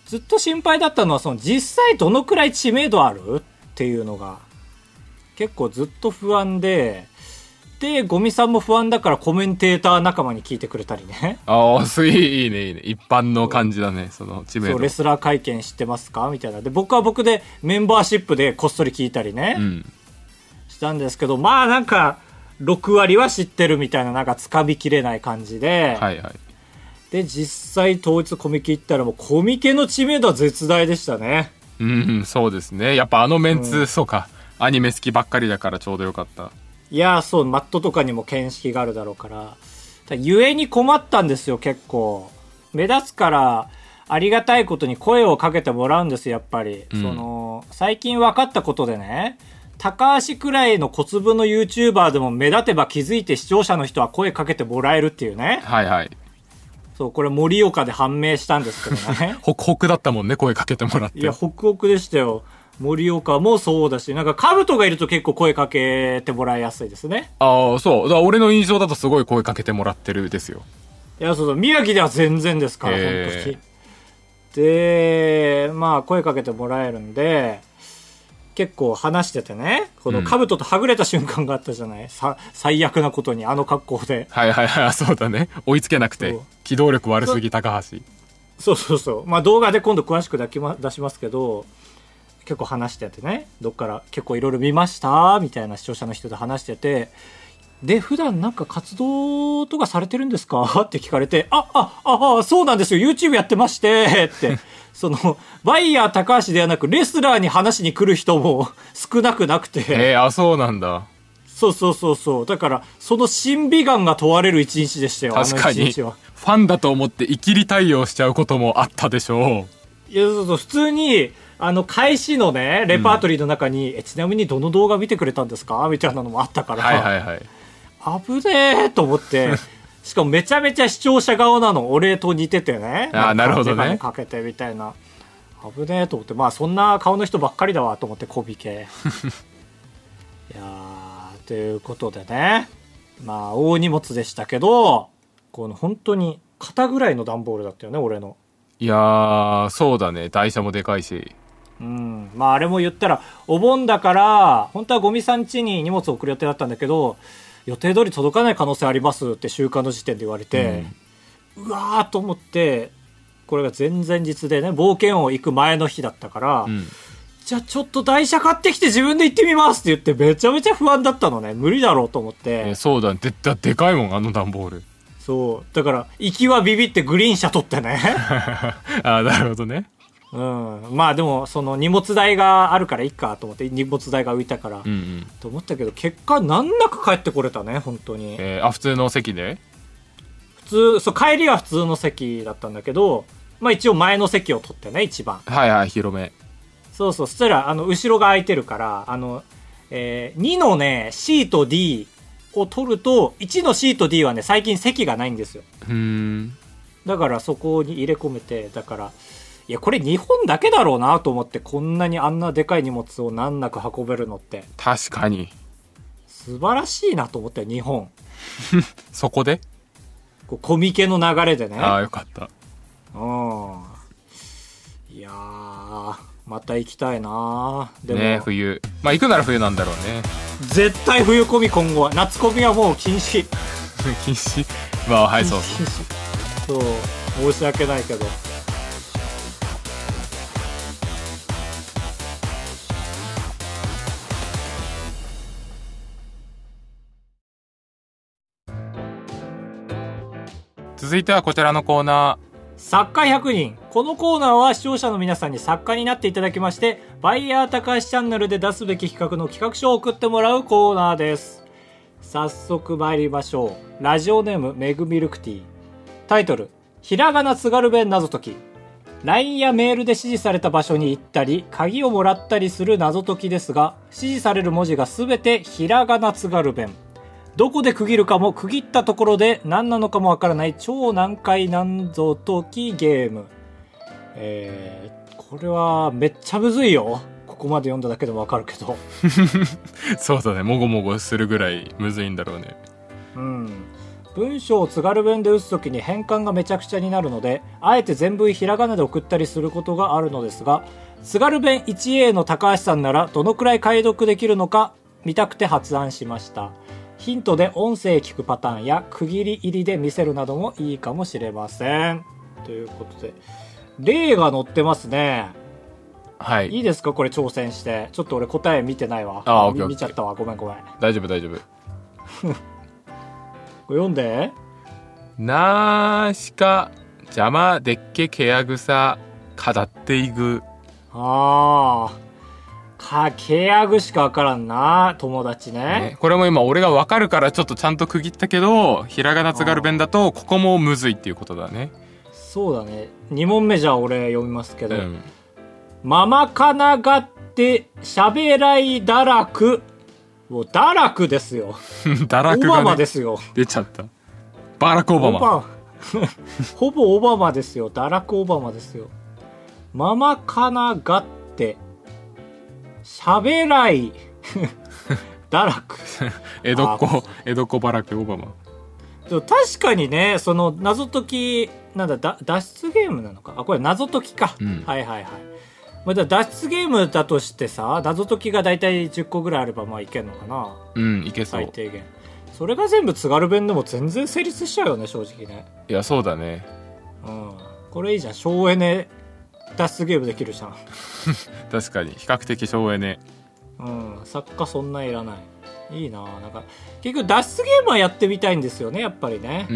ずっと心配だったのはその実際どのくらい知名度あるっていうのが結構ずっと不安で、ゴミさんも不安だからコメンテーター仲間に聞いてくれたりね。 ああ、いいねいいね、一般の感じだね、その知名度。 そう、レスラー会見知ってますかみたいな。で僕は僕でメンバーシップでこっそり聞いたりね、したんですけど、まあなんか6割は知ってるみたいな、なんかつかみきれない感じで、 はいはい。 で実際当日コミケ行ったらもうコミケの知名度は絶大でしたね。 そうですね。やっぱあのメンツ、そうか、アニメ好きばっかりだからちょうどよかった。 いやそう、マットとかにも見識があるだろうから。ゆえに困ったんですよ、結構。目立つから、ありがたいことに声をかけてもらうんですよ、やっぱり。最近分かったことでね、高橋くらいの小粒の YouTuber でも目立てば気づいて視聴者の人は声かけてもらえるっていうね。 はいはい。 そう、これ盛岡で判明したんですけどね。 ホクホクだったもんね、声かけてもらって。 いや、ホクホクでしたよ。盛岡もそうだし、なんか、カブトがいると結構声かけてもらいやすいですね。 ああ、そう。だから俺の印象だとすごい声かけてもらってるですよ。 いや、そうそう、宮城では全然ですから、本当に。で、まあ、声かけてもらえるんで、結構話しててね、このカブトとはぐれた瞬間があったじゃない、最悪なことに、あの格好で。 はいはいはい、そうだね。追いつけなくて。機動力悪すぎ、高橋。 そうそうそう。まあ、動画で今度詳しく出しますけど、結構話しててね、どっから結構いろいろ見ましたみたいな視聴者の人で話してて、で普段なんか活動とかされてるんですかって聞かれて、そうなんですよ、 YouTube やってましてってそのバイヤー高橋ではなくレスラーに話しに来る人も少なくなくて、 そうなんだ。 そうだからその審美眼が問われる一日でしたよ。 確かにあの一日はファンだと思ってイキリ対応しちゃうこともあったでしょう。いや、そう普通に開始のねレパートリーの中に、ちなみにどの動画見てくれたんですかみたいなのもあったから、 はいはいはい、 危ねえと思ってしかもめちゃめちゃ視聴者顔なの、俺と似ててね。 なるほどね。 かけてみたいな、危ねえと思って、まあそんな顔の人ばっかりだわと思って、コビ系いやー、ということでね、まあ大荷物でしたけど、この本当に肩ぐらいの段ボールだったよね、俺の。 いやー、そうだね。台車もでかいし。 まああれも言ったらお盆だから本当はゴミさん家に荷物を送る予定だったんだけど、予定通り届かない可能性ありますって週刊の時点で言われて、うわーと思って、これが前々日でね、冒険王行く前の日だったから、じゃあちょっと台車買ってきて自分で行ってみますって言って、めちゃめちゃ不安だったのね。無理だろうと思って。 そうだね。でかいもん、あの段ボール。 そう。だから、行きはビビってグリーン車取ってね。 なるほどね。 まあでもその荷物代があるからいいかと思って、荷物代が浮いたから、と思ったけど、結果難なく帰ってこれたね、本当に。 普通の席で？ 帰りは普通の席だったんだけど、まあ一応前の席を取ってね、一番。 はいはい、広め。 そしたら後ろが空いてるから、2のね C と D を取ると、1の C と D はね最近席がないんですよ。だからそこに入れ込めて、だからいやこれ日本だけだろうなと思って、こんなにあんなでかい荷物を難なく運べるのって。 確かに素晴らしいなと思って日本そこでコミケの流れでね。 よかった。 いやー、また行きたいな。でもね、冬、まあ行くなら冬なんだろうね。 絶対冬コミ、今後は夏コミはもう禁止禁止。まあはい、そう申し訳ないけど。 続いてはこちらのコーナー、 作家100人。このコーナーは視聴者の皆さんに作家になっていただきまして、バイヤー高橋チャンネルで出すべき企画の企画書を送ってもらうコーナーです。早速参りましょう。ラジオネームメグミルクティー。タイトル、ひらがな津軽弁謎解き。 LINE やメールで指示された場所に行ったり鍵をもらったりする謎解きですが、指示される文字がすべてひらがな津軽弁。どこで区切るかも区切ったところで何なのかもわからない超難解謎解きゲーム。これはめっちゃむずいよ。ここまで読んだだけでもわかるけどそうだね、もごもごするぐらいむずいんだろうね。 文章を津軽弁で打つときに変換がめちゃくちゃになるので、あえて全文ひらがなで送ったりすることがあるのですが、津軽弁 1A の高橋さんならどのくらい解読できるのか見たくて発案しました。ヒントで音声聞くパターンや区切り入りで見せるなどもいいかもしれません。ということで、例が載ってますね。 はい。 いいですかこれ挑戦して。ちょっと俺答え見てないわ。 あ、オッケー。 見ちゃったわ。ごめん。 大丈夫。 これ読んで。 なーしか邪魔でっけけやぐさ語っていく。 けやぐしかわからんな、友達 ね。 これも今俺がわかるからちょっとちゃんと区切ったけど、ひらがな津軽弁だとここもむずいっていうことだね。 そうだね。2問目じゃあ俺読みますけど、ママかながってしゃべらいだらく。もう堕落ですよ。 堕落が、ね、 オバマですよ。 出ちゃった。バラクオバマ。 ほぼオバマですよ。堕落オバマですよ。ママかながってしゃべらい堕落。 江戸っ子バラクオバマ。 確かにね、その謎解きなんだ、脱出ゲームなのか。これ謎解きか。はい。まあ、脱出ゲームだとしてさ、謎解きがだいたい10個ぐらいあればまあいけんのかな。 いけそう。 最低限。それが全部津軽弁でも全然成立しちゃうよね、正直ね。 いや、そうだね。 これいいじゃん。省エネ脱出ゲームできるじゃん。 確かに比較的省エネ。 作家そんないらない。いいな。なんか結局脱出ゲームはやってみたいんですよね、やっぱりね。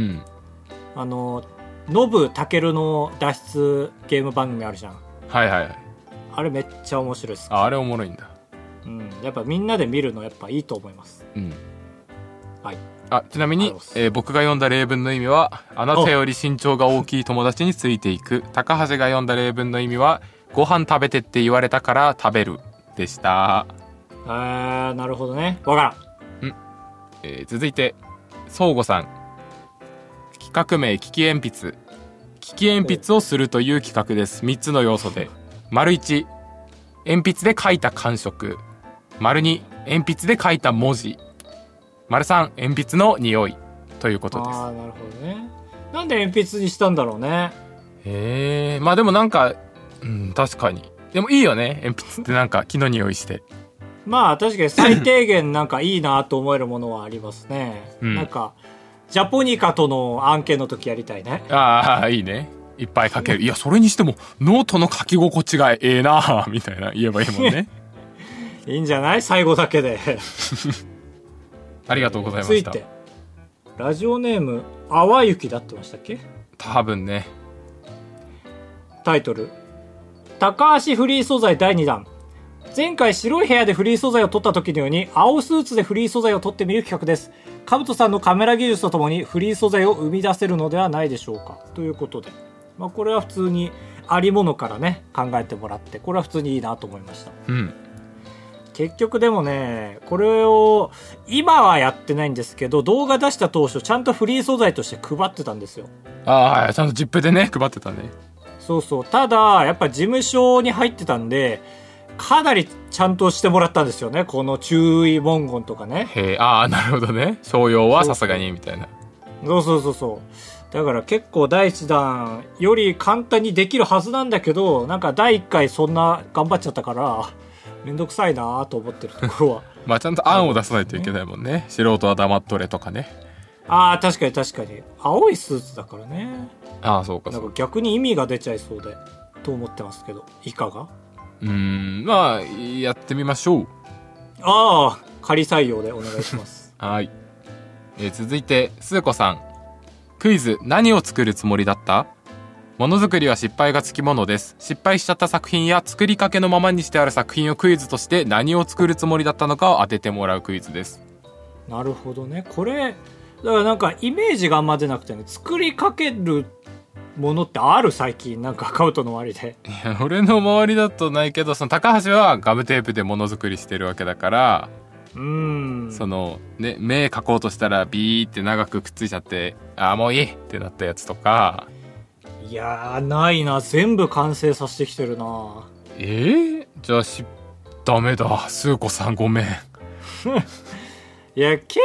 ノブタケルの脱出ゲーム番組あるじゃん。はい。あれめっちゃ面白いです。 あれおもろいんだ。 やっぱみんなで見るのやっぱいいと思います。はい。 ちなみに、僕が読んだ例文の意味は、あなたより身長が大きい友達についていく。高橋が読んだ例文の意味は、ご飯食べてって言われたから食べるでした。 なるほどね。わからん。 続いて相互さん。企画名利き鉛筆。利き鉛筆をするという企画です。3つの要素で。丸1、鉛筆で書いた感触。丸2、鉛筆で書いた文字。丸3、鉛筆の匂いということです。 なるほどね。なんで鉛筆にしたんだろうね。 まあでもなんか、確かに。でもいいよね、鉛筆ってなんか木の匂いして。 まあ確かに最低限なんかいいなと思えるものはありますね。なんかジャポニカとの案件の時やりたいね。 いいね。いっぱい書ける。いや、それにしてもノートの書き心地がええなみたいな言えばいいもんね。 いいんじゃない？最後だけで。 ありがとうございました。 続いてラジオネームあわゆきだってましたっけ？ 多分ね。 タイトル、高橋フリー素材第2弾。前回白い部屋でフリー素材を取った時のように青スーツでフリー素材を取ってみる企画です。カブトさんのカメラ技術とともにフリー素材を生み出せるのではないでしょうか、ということで、これは普通にありものからね考えてもらって、これは普通にいいなと思いました。結局でもね、これを今はやってないんですけど、動画出した当初ちゃんとフリー素材として配ってたんですよ。ちゃんとジップでね配ってたね。 そう。ただやっぱ事務所に入ってたんで、かなりちゃんとしてもらったんですよね、この注意文言とかね。 なるほどね。商用はさすがにみたいな。 そうだから結構第1弾より簡単にできるはずなんだけど、なんか第1回そんな頑張っちゃったからめんどくさいなと思ってるところはちゃんと案を出さないといけないもんね。素人は黙っとれとかね。 確かに青いスーツだからね。 そうか。 なんか逆に意味が出ちゃいそうでと思ってますけど、いかが？ やってみましょう。 仮採用でお願いします。 はい。続いてスー子さん。クイズ、何を作るつもりだった？ものづくりは失敗がつきものです。失敗しちゃった作品や作りかけのままにしてある作品をクイズとして何を作るつもりだったのかを当ててもらうクイズです。 なるほどね。これだからなんかイメージがあんま出なくてね、作りかけるものってある？最近なんかカウトの周りで。 いや、俺の周りだとないけど、その高橋はガムテープでものづくりしてるわけだから、そのね、目描こうとしたらビーって長くくっついちゃって、もういいってなったやつとか。 いやー、ないな。全部完成させてきてるな。 じゃあダメだ、スー子さんごめん。 いや、結構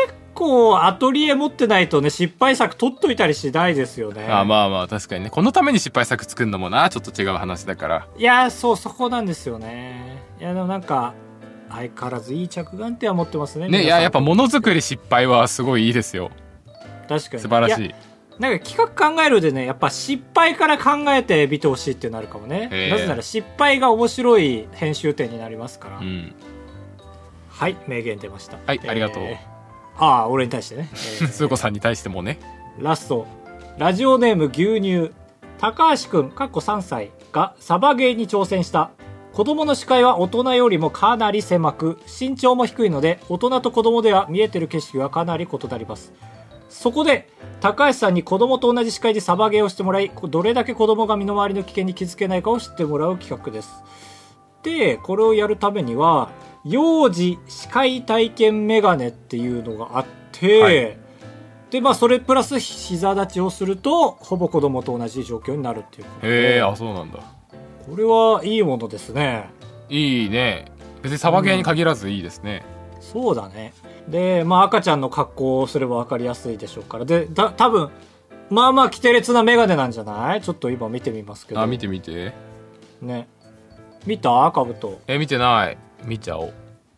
構アトリエ持ってないとね失敗作取っといたりしないですよね。 まあまあ確かにね、このために失敗作作るのもなちょっと違う話だから。 いやそこなんですよね。いやでもなんか相変わらずいい着眼点は持ってますね。 ね、いややっぱものづくり失敗はすごいいいですよ。 確かに素晴らしい。 なんか企画考えるでね、やっぱ失敗から考えて見てほしいってなるかもね。なぜなら失敗が面白い編集点になりますから。うん、はい、名言出ました。 はい、ありがとう。 ああ、俺に対してね。 スー子さんに対してもね。 ラスト、ラジオネーム牛乳。高橋くん、かっこ3歳がサバゲーに挑戦した。子供の視界は大人よりもかなり狭く、身長も低いので、大人と子供では見えてる景色はかなり異なります。そこで高橋さんに子供と同じ視界でサバゲーをしてもらい、どれだけ子供が身の回りの危険に気づけないかを知ってもらう企画です。でこれをやるためには幼児視界体験メガネっていうのがあって、はい、でまあそれプラス膝立ちをするとほぼ子供と同じ状況になるっていうことで。 あ、そうなんだ。 これはいいものですね。 いいね。別にサバゲーに限らずいいですね。 そうだね。でまあ赤ちゃんの格好をすれば分かりやすいでしょうから。で多分まあまあ奇烈なメガネなんじゃない？ちょっと今見てみますけど。 あ、見てみてね。見た？カブト。 見てない。見ちゃおう。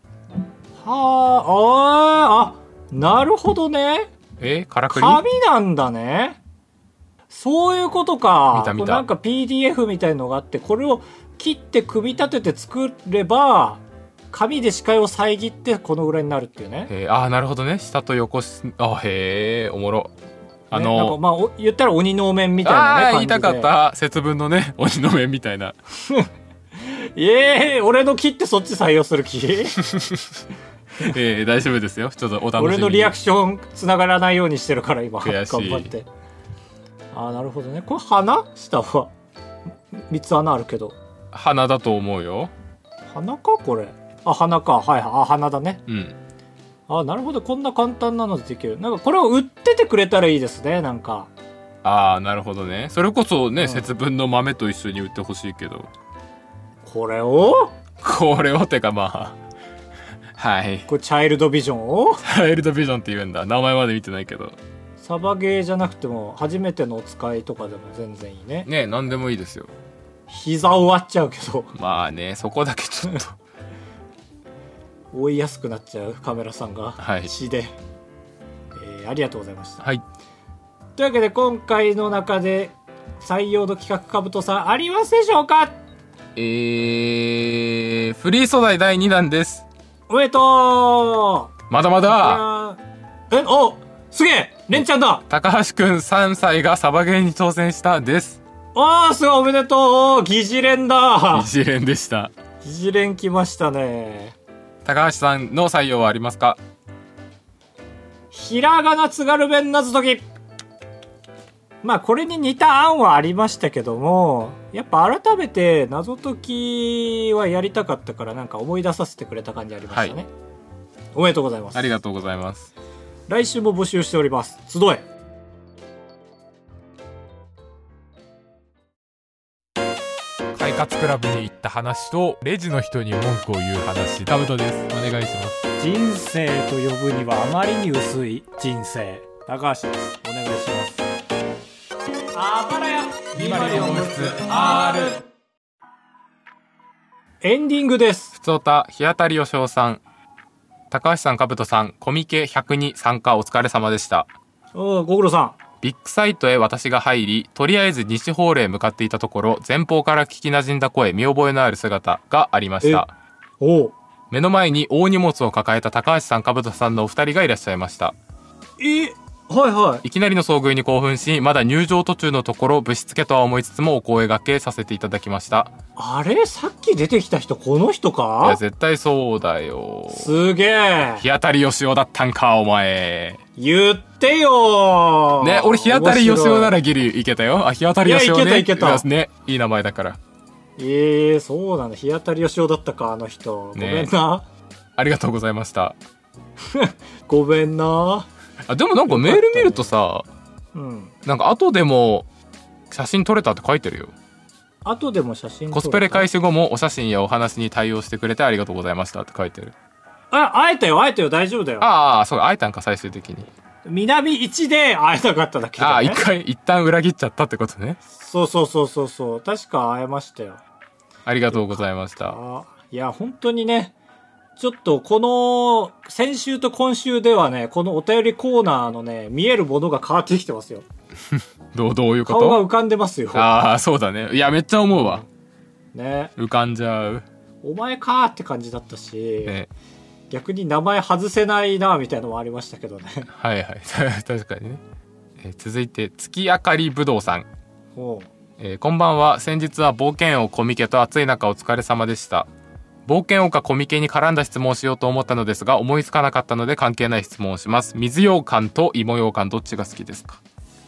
あ、なるほどね。 からくり？ 紙なんだね。そういうことか。 見た。 なんか PDF みたいのがあって、これを切って組み立てて作れば紙で視界を遮ってこのぐらいになるっていうね。 なるほどね。下と横おもろ。 なんかまあ言ったら鬼のお面みたいなね感じで。言いたかった。節分のね鬼の面みたいな。 俺の切ってそっち採用する気？ 大丈夫ですよ。ちょっとお楽しみに。 俺のリアクションつながらないようにしてるから今頑張って。なるほどね。これ鼻？下は3つ穴あるけど。 鼻だと思うよ。 鼻かこれ。鼻か。はい。鼻だね。 うん。 なるほど。こんな簡単なのでできる。なんかこれを売っててくれたらいいですね。なんか。 なるほどね。それこそね、節分の豆と一緒に売ってほしいけど。 これをってかまあはい。 これチャイルドビジョンを？チャイルドビジョンって言うんだ。名前まで見てないけど。 サバゲーじゃなくても初めてのお使いとかでも全然いいね。 ね、何でもいいですよ。 膝を割っちゃうけど。 まあね、そこだけちょっと追いやすくなっちゃうカメラさんが。 はい。 血で。ありがとうございました。 はい。 というわけで今回の中で採用の企画かぶとさんありますでしょうか？ フリー素材第2弾です。 おめでとう。 まだまだ。 すげえレンちゃんだ。 高橋くん3歳がサバゲーに挑戦したです。 すごいおめでとう。疑似連だ。 疑似連でした。 疑似連来ましたね。 高橋さんの採用はありますか？ ひらがな津軽弁謎解き。まあこれに似た案はありましたけども、やっぱ改めて謎解きはやりたかったからなんか思い出させてくれた感じありましたね。はい、おめでとうございます。 ありがとうございます。 来週も募集しております。集え。 快活クラブに行った話とレジの人に文句を言う話。タブトです。お願いします。 人生と呼ぶにはあまりに薄い人生。高橋です。お願いします。あばらや 204号室 R。 エンディングです。 ふつおた日当たりよしおさん、高橋さん、かぶとさん、コミケ102参加お疲れ様でした。 ご苦労さん。 ビッグサイトへ私が入り、とりあえず西ホールへ向かっていたところ、前方から聞き馴染んだ声、見覚えのある姿がありました。目の前に大荷物を抱えた高橋さん、かぶとさんのお二人がいらっしゃいました。 はいはい。 いきなりの遭遇に興奮し、まだ入場途中のところぶしつけとは思いつつもお声掛けさせていただきました。 あれ、さっき出てきた人この人か？ いや絶対そうだよ。 すげえ。 日当たりよしおだったんかお前。 言ってよね。俺日当たりよしおならギリいけたよ。日当たりよしおね。 いけたね。いい名前だから。 そうなんだ。日当たりよしおだったかあの人。ごめんな。 ありがとうございました。 ごめんな。 でもなんかメール見るとさ、なんか後でも写真撮れたって書いてるよ。 後でも写真撮れた。 コスプレ開始後もお写真やお話に対応してくれてありがとうございましたって書いてる。 会えたよ大丈夫だよ。 ああ、そう、会えたんか、最終的に。 南1で会えなかっただけだね。 一旦裏切っちゃったってことね。 そう確か会えましたよ。 ありがとうございました。 いや本当にね、ちょっとこの先週と今週ではね、このお便りコーナーのね、見えるものが変わってきてますよ。 どういうこと？ 顔が浮かんでますよ。 ああ、そうだね。いや、めっちゃ思うわ。 ね、 浮かんじゃう。 お前かーって感じだったし、 ね、 逆に名前外せないなみたいなのもありましたけどね。 はいはい確かにね。続いて月明かりぶどうさん。こんばんは。先日は冒険王コミケと暑い中お疲れ様でした。冒険王かコミケに絡んだ質問をしようと思ったのですが思いつかなかったので関係ない質問をします。水羊羹と芋羊羹どっちが好きですか？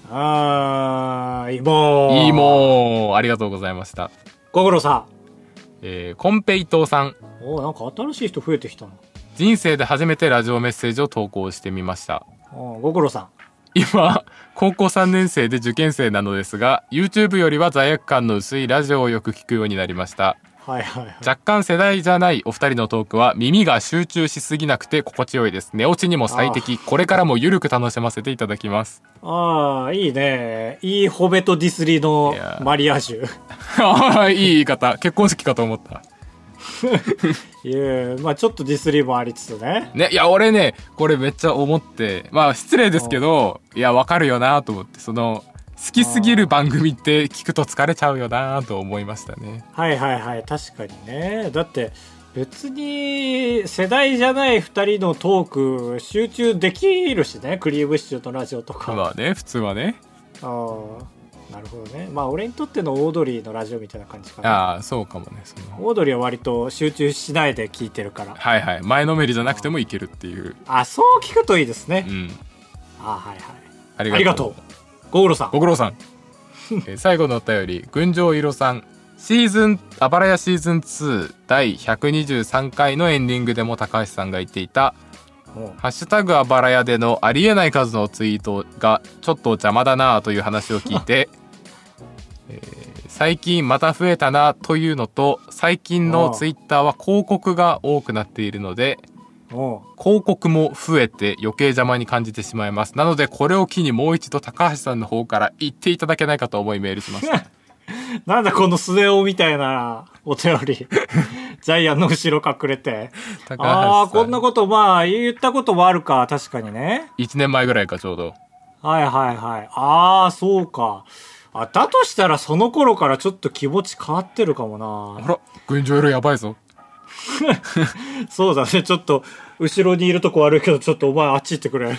芋、ありがとうございました。 ご苦労さん。コンペイトーさん。 なんか新しい人増えてきたな。 人生で初めてラジオメッセージを投稿してみました。 ご苦労さん。 今高校3年生で受験生なのですが YouTube よりは罪悪感の薄いラジオをよく聞くようになりました。若干世代じゃないお二人のトークは耳が集中しすぎなくて心地よいです。寝落ちにも最適。これからもゆるく楽しませていただきます。 いいね。いい褒めとディスりのマリアージュ。 いい言い方。結婚式かと思ったいや、まあちょっとディスりもありつつね。 いや俺ねこれめっちゃ思って、まあ失礼ですけど、いやわかるよなと思って、その好きすぎる番組って聞くと疲れちゃうよなと思いましたね。 はい確かにね。だって別に世代じゃない2人のトーク集中できるしね、クリームシチューとラジオとか。 まあね、普通はね。 なるほどね。まあ俺にとってのオードリーのラジオみたいな感じかな。 そうかもね。 オードリーは割と集中しないで聞いてるから。 前のめりじゃなくてもいけるっていう。 そう聞くといいですね。ありがとう。ご苦労さん。 最後のお便り、群青色さん。あばらやシーズン2第123回のエンディングでも高橋さんが言っていたハッシュタグあばらやでのありえない数のツイートがちょっと邪魔だなという話を聞いて最近また増えたなというのと、最近のツイッターは広告が多くなっているので広告も増えて余計邪魔に感じてしまいます。なのでこれを機にもう一度高橋さんの方から言っていただけないかと思いメールしましたなんだこのスネ夫みたいなお便りジャイアンの後ろ隠れてこんなこと言ったこともあるか。確かにね、 1年前ぐらいかちょうど。 そうか。だとしたらその頃からちょっと気持ち変わってるかもな。 あら、群青色やばいぞそうだね。ちょっと後ろにいるとこ悪いけどちょっとお前あっち行ってくれ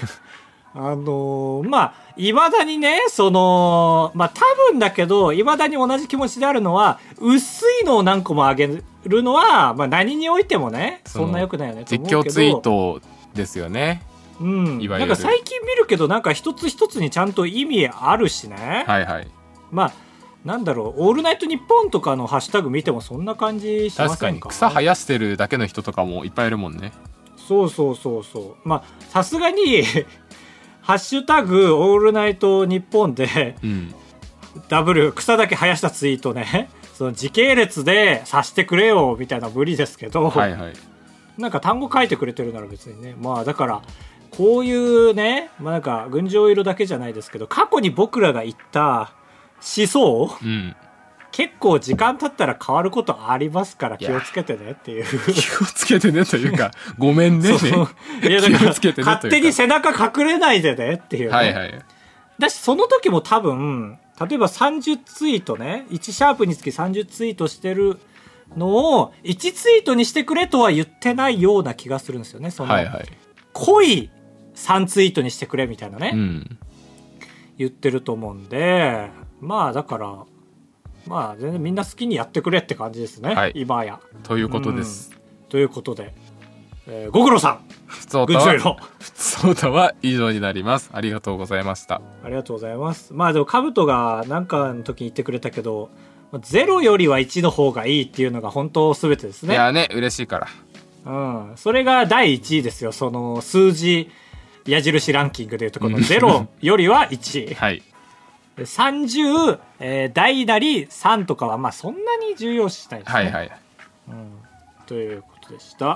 いまだにね、多分だけどいまだに同じ気持ちであるのは、薄いのを何個も上げるのは何においてもねそんな良くないよねと思うけど、 実況ツイートですよね。 なんか最近見るけどなんか一つ一つにちゃんと意味あるしね。なんだろう、オールナイトニッポンとかのハッシュタグ見てもそんな感じしませんか？ 確かに草生やしてるだけの人とかもいっぱいいるもんね。 そうさすがにハッシュタグオールナイトニッポンで、ダブル草だけ生やしたツイートね、その時系列でさしてくれよみたいな無理ですけど、なんか単語書いてくれてるなら別にね。だからこういうね、なんか群青色だけじゃないですけど、過去に僕らが言った思想、結構時間経ったら変わることありますから気をつけてねっていう。 気をつけてねというかごめんね。 いやだから勝手に背中隠れないでねっていう、だしその時も多分例えば30ツイートね、1シャープにつき30ツイートしてるのを1ツイートにしてくれとは言ってないような気がするんですよね。濃い3ツイートにしてくれみたいなね、言ってると思うんで、だから全然みんな好きにやってくれって感じですね、今や。 ということです。 ということで、ご苦労さん。 ふつおたは以上になります。ありがとうございました。 ありがとうございます。でもカブトがなんかの時に言ってくれたけど、0よりは1の方がいいっていうのが本当全てですね。 いやね、嬉しいから。 それが第1位ですよ。その数字矢印ランキングでいうとこの0よりは1。30、大なり3とかはそんなに重要視しないですね。ということでした。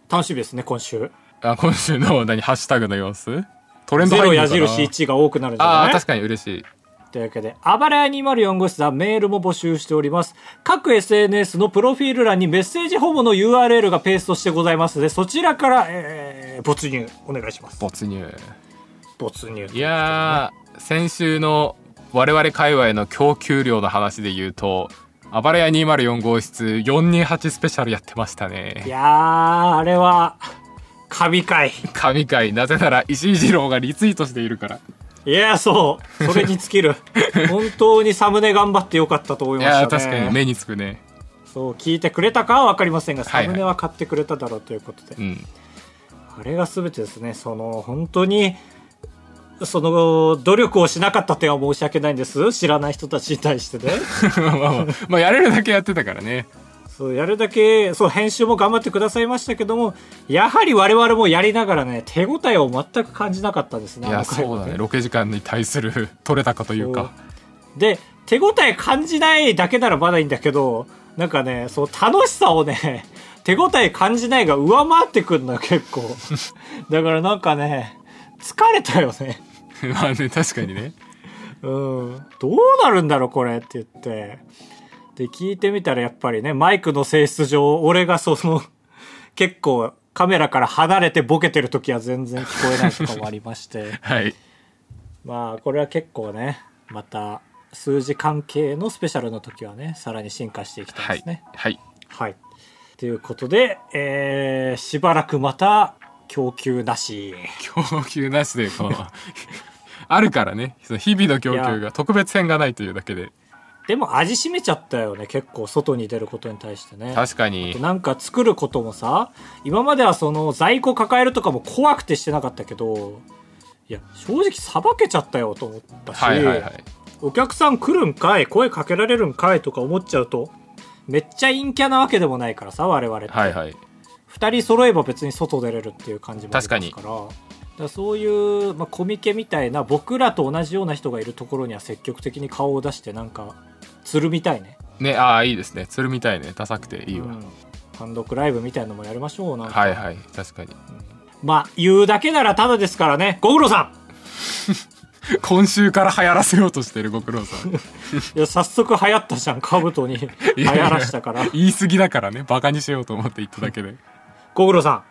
楽しみですね、今週。 今週のハッシュタグの様子トレンド入 0 るのかな。 矢印1が多くなるんじゃない？ 確かに嬉しい。 というわけで、あばらや204号室ではメールも募集しております。各 SNS のプロフィール欄にメッセージフォームの URL がペーストしてございますので、そちらから、没入お願いします。 没入。 いいやー、先週の我々界隈の供給量の話で言うと、あばらや204号室428スペシャルやってましたね。 いやー、あれは、神回。 神回。なぜなら石井二郎がリツイートしているから。 いや、そう。それに尽きる。本当にサムネ頑張ってよかったと思いましたね。 いや、確かに目につくね。 そう、聞いてくれたかは分かりませんが、サムネは買ってくれただろうということで。 うん。 あれが全てですね。本当に、努力をしなかった点は申し訳ないんです。知らない人たちに対してね。 まあ、やれるだけやってたからね。 そう、やるだけ、そう、編集も頑張ってくださいましたけども、やはり我々もやりながらね、手応えを全く感じなかったですね。 いや、そうだね。ロケ時間に対する取れ高というか。 で、手応え感じないだけならまだいいんだけど、なんかね、楽しさをね、手応え感じないが上回ってくるのよ、結構。だからなんかね、疲れたよね。 まあね、確かにね。 どうなるんだろう、これって言って。で、聞いてみたらやっぱりね、マイクの性質上、俺が結構カメラから離れてボケてる時は全然聞こえないとかもありまして。 はい。 まあ、これは結構ね、また、数字関係のスペシャルの時はね、さらに進化していきたいですね。 はい。 はい。ということで、しばらくまた、供給なし。 供給なしで、あるからね、日々の供給が特別編がないというだけで。 でも味しめちゃったよね、結構外に出ることに対してね。 確かに。 なんか作ることもさ、今までは在庫抱えるとかも怖くてしてなかったけど、いや正直さばけちゃったよと思ったし、 はいはいはい、 お客さん来るんかい、声かけられるんかいとか思っちゃうと、めっちゃ陰キャなわけでもないからさ、我々って、 はいはい、 2人揃えば別に外出れるっていう感じもありますから。 確かに。 だからそういう、コミケみたいな僕らと同じような人がいるところには積極的に顔を出して、なんかつるみたいね。 ね、ああいいですね、つるみたいね、ダサくていいわ、 単独ライブみたいなのもやりましょう。なんかはいはい、確かに、 まあ言うだけならただですからね。ご苦労さん今週から流行らせようとしてるご苦労さん。いや早速流行ったじゃん、兜に流行らしたから。 言い過ぎだからね、バカにしようと思って言っただけで。 ご苦労さん